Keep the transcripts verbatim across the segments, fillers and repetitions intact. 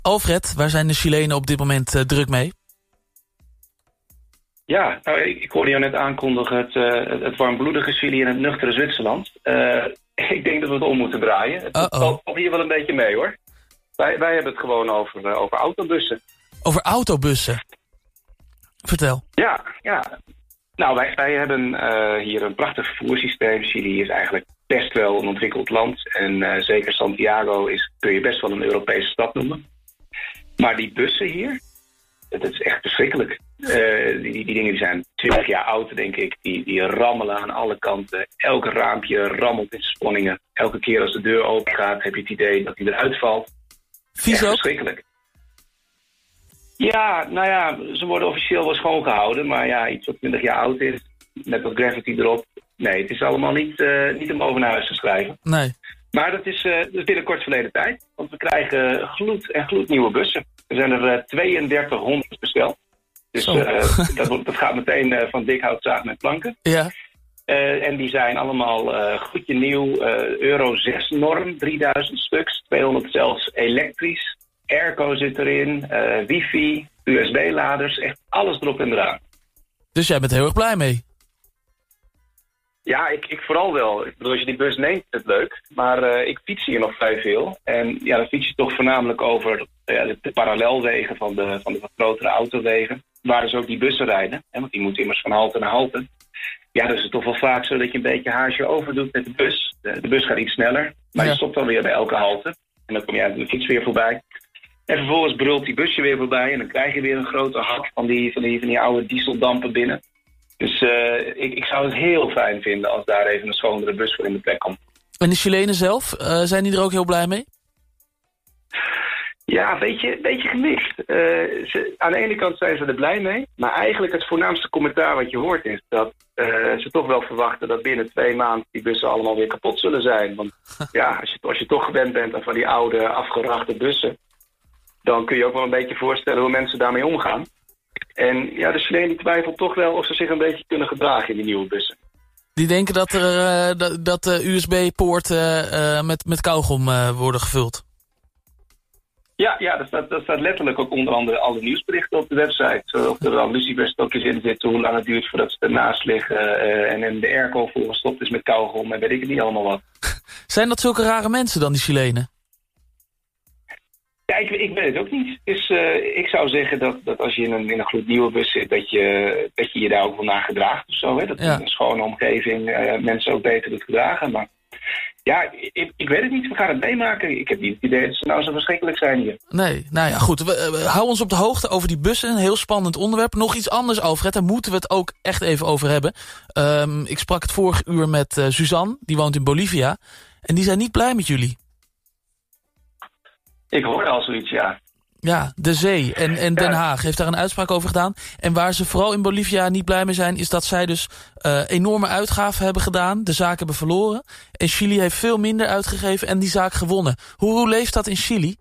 Alfred, waar zijn de Chilenen op dit moment uh, druk mee? Ja, nou, ik, ik hoorde jou net aankondigen het, uh, het warmbloedige Chili en het nuchtere Zwitserland. Uh, ik denk dat we het om moeten draaien. Het valt hier wel een beetje mee, hoor. Wij, wij hebben het gewoon over, uh, over autobussen. Over autobussen? Vertel. Ja, ja. Nou, wij, wij hebben uh, hier een prachtig vervoerssysteem. Chili is eigenlijk best wel een ontwikkeld land. En uh, zeker Santiago is, kun je best wel een Europese stad noemen. Maar die bussen hier, dat is echt verschrikkelijk. Uh, die, die dingen die zijn twintig jaar oud, denk ik. Die, die rammelen aan alle kanten. Elke raampje rammelt in spanningen. Elke keer als de deur open gaat, heb je het idee dat hij eruit valt. Vies ook? Verschrikkelijk. Ja, nou ja, ze worden officieel wel schoongehouden. Maar ja, iets wat twintig jaar oud is, met wat graffiti erop. Nee, het is allemaal niet, uh, niet om over naar huis te schrijven. Nee. Maar dat is, uh, dat is binnenkort verleden tijd. Want we krijgen gloed en gloednieuwe bussen. Er zijn er uh, tweeëndertighonderd besteld. Dus uh, dat, dat gaat meteen uh, van dik hout zaag met planken. Ja. Uh, en die zijn allemaal uh, goedje nieuw. Uh, Euro zes norm, drieduizend stuks. tweehonderd zelfs elektrisch. Airco zit erin. Uh, wifi, U S B-laders. Echt alles erop en eraan. Dus jij bent heel erg blij mee? Ja, ik, ik vooral wel. Ik bedoel, als je die bus neemt, is het leuk. Maar uh, ik fiets hier nog vrij veel. En ja, dan fiets je toch voornamelijk over uh, de, de parallelwegen van de, van de wat grotere autowegen. Waar dus ook die bussen rijden. Hè, want die moeten immers van halte naar halte. Ja, dus het is toch wel vaak zo dat je een beetje haasje overdoet met de bus. De, de bus gaat iets sneller, maar ja. je stopt dan weer bij elke halte. En dan kom je uit de fiets weer voorbij. En vervolgens brult die busje weer voorbij. En dan krijg je weer een grote hak van die, van die, van die oude dieseldampen binnen. Dus uh, ik, ik zou het heel fijn vinden als daar even een schonere bus voor in de plek komt. En de Chilenen zelf, uh, zijn die er ook heel blij mee? Ja, een beetje, beetje gemixt. Uh, ze, aan de ene kant zijn ze er blij mee. Maar eigenlijk het voornaamste commentaar wat je hoort is dat uh, ze toch wel verwachten dat binnen twee maanden die bussen allemaal weer kapot zullen zijn. Want ja, als je, als je toch gewend bent aan van die oude afgerachte bussen, dan kun je ook wel een beetje voorstellen hoe mensen daarmee omgaan. En ja, de Chileen die twijfelt toch wel of ze zich een beetje kunnen gedragen in die nieuwe bussen. Die denken dat er uh, dat, dat de U S B-poorten uh, met, met kauwgom uh, worden gevuld. Ja, ja dat, staat, dat staat letterlijk ook onder andere alle nieuwsberichten op de website. Of er dan luciferstokjes in zitten, hoe lang het duurt voordat ze ernaast liggen. Uh, en, en de airco volgestopt is met kauwgom en weet ik het niet allemaal wat. Zijn dat zulke rare mensen dan, die Chilenen? Ja, ik, ik weet het ook niet. Dus uh, ik zou zeggen dat, dat als je in een, in een gloednieuwe bus zit, dat je, dat je je daar ook wel naar gedraagt of zo. Hè? Dat ja. in een schone omgeving uh, mensen ook beter het gedragen. Maar ja, ik, ik weet het niet. We gaan het meemaken. Ik heb niet het idee dat ze nou zo verschrikkelijk zijn hier. Nee, nou ja, goed. We, we hou ons op de hoogte over die bussen. Een heel spannend onderwerp. Nog iets anders, Alfred. Daar moeten we het ook echt even over hebben. Um, ik sprak het vorige uur met uh, Suzanne. Die woont in Bolivia. En die zijn niet blij met jullie. Ik hoorde al zoiets, ja. Ja, de zee en, en Den Haag heeft daar een uitspraak over gedaan. En waar ze vooral in Bolivia niet blij mee zijn, is dat zij dus uh, enorme uitgaven hebben gedaan. De zaak hebben verloren. En Chili heeft veel minder uitgegeven en die zaak gewonnen. Hoe, hoe leeft dat in Chili?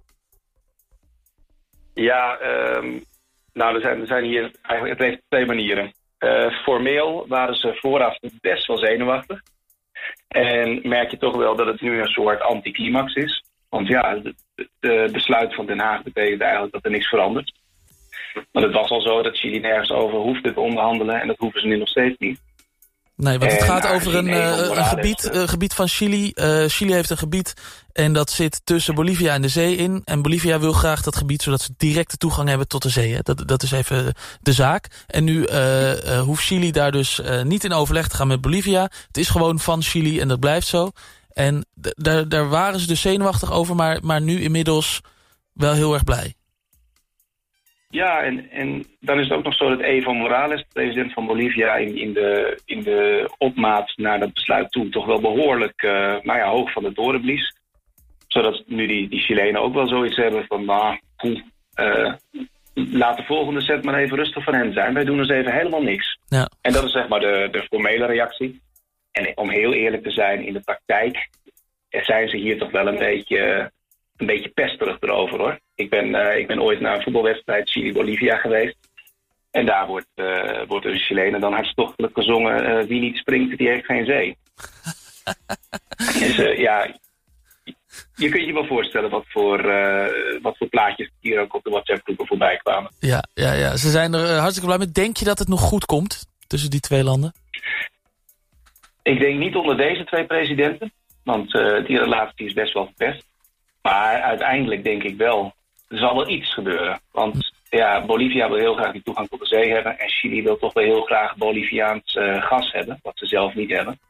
Ja, um, nou, er zijn, er zijn hier eigenlijk het heeft twee manieren. Uh, formeel waren ze vooraf best wel zenuwachtig. En merk je toch wel dat het nu een soort anticlimax is. Want ja, het besluit van Den Haag betekent eigenlijk dat er niks verandert. Want het was al zo dat Chili nergens over hoefde te onderhandelen. En dat hoeven ze nu nog steeds niet. Nee, want het en, gaat over een, uh, een gebied, uh, gebied van Chili. Uh, Chili heeft een gebied en dat zit tussen Bolivia en de zee in. En Bolivia wil graag dat gebied zodat ze directe toegang hebben tot de zee. Hè. Dat, dat is even de zaak. En nu uh, uh, hoeft Chili daar dus uh, niet in overleg te gaan met Bolivia. Het is gewoon van Chili en dat blijft zo. En daar, daar waren ze dus zenuwachtig over, maar, maar nu inmiddels wel heel erg blij. Ja, en, en dan is het ook nog zo dat Evo Morales, de president van Bolivia, in, in, de, in de opmaat naar dat besluit toe toch wel behoorlijk uh, nou ja, hoog van de toren blies. Zodat nu die, die Chilenen ook wel zoiets hebben van, nou, uh, laat de volgende set maar even rustig van hen zijn. Wij doen dus even helemaal niks. Ja. En dat is zeg maar de, de formele reactie. En om heel eerlijk te zijn, in de praktijk zijn ze hier toch wel een beetje, een beetje pesterig erover, hoor. Ik ben, uh, ik ben ooit naar een voetbalwedstrijd Chili-Bolivia geweest. En daar wordt, uh, wordt de Chilenen dan hartstochtelijk gezongen, uh, wie niet springt, die heeft geen zee. Dus uh, ja, Je kunt je wel voorstellen wat voor, uh, wat voor plaatjes hier ook op de WhatsApp-groepen voorbij kwamen. Ja, ja, ja, ze zijn er uh, hartstikke blij mee. Denk je dat het nog goed komt tussen die twee landen? Ik denk niet onder deze twee presidenten. Want uh, die relatie is best wel verpest. Maar uiteindelijk denk ik wel, er zal wel iets gebeuren. Want ja, Bolivia wil heel graag die toegang tot de zee hebben. En Chili wil toch wel heel graag Boliviaans uh, gas hebben, wat ze zelf niet hebben.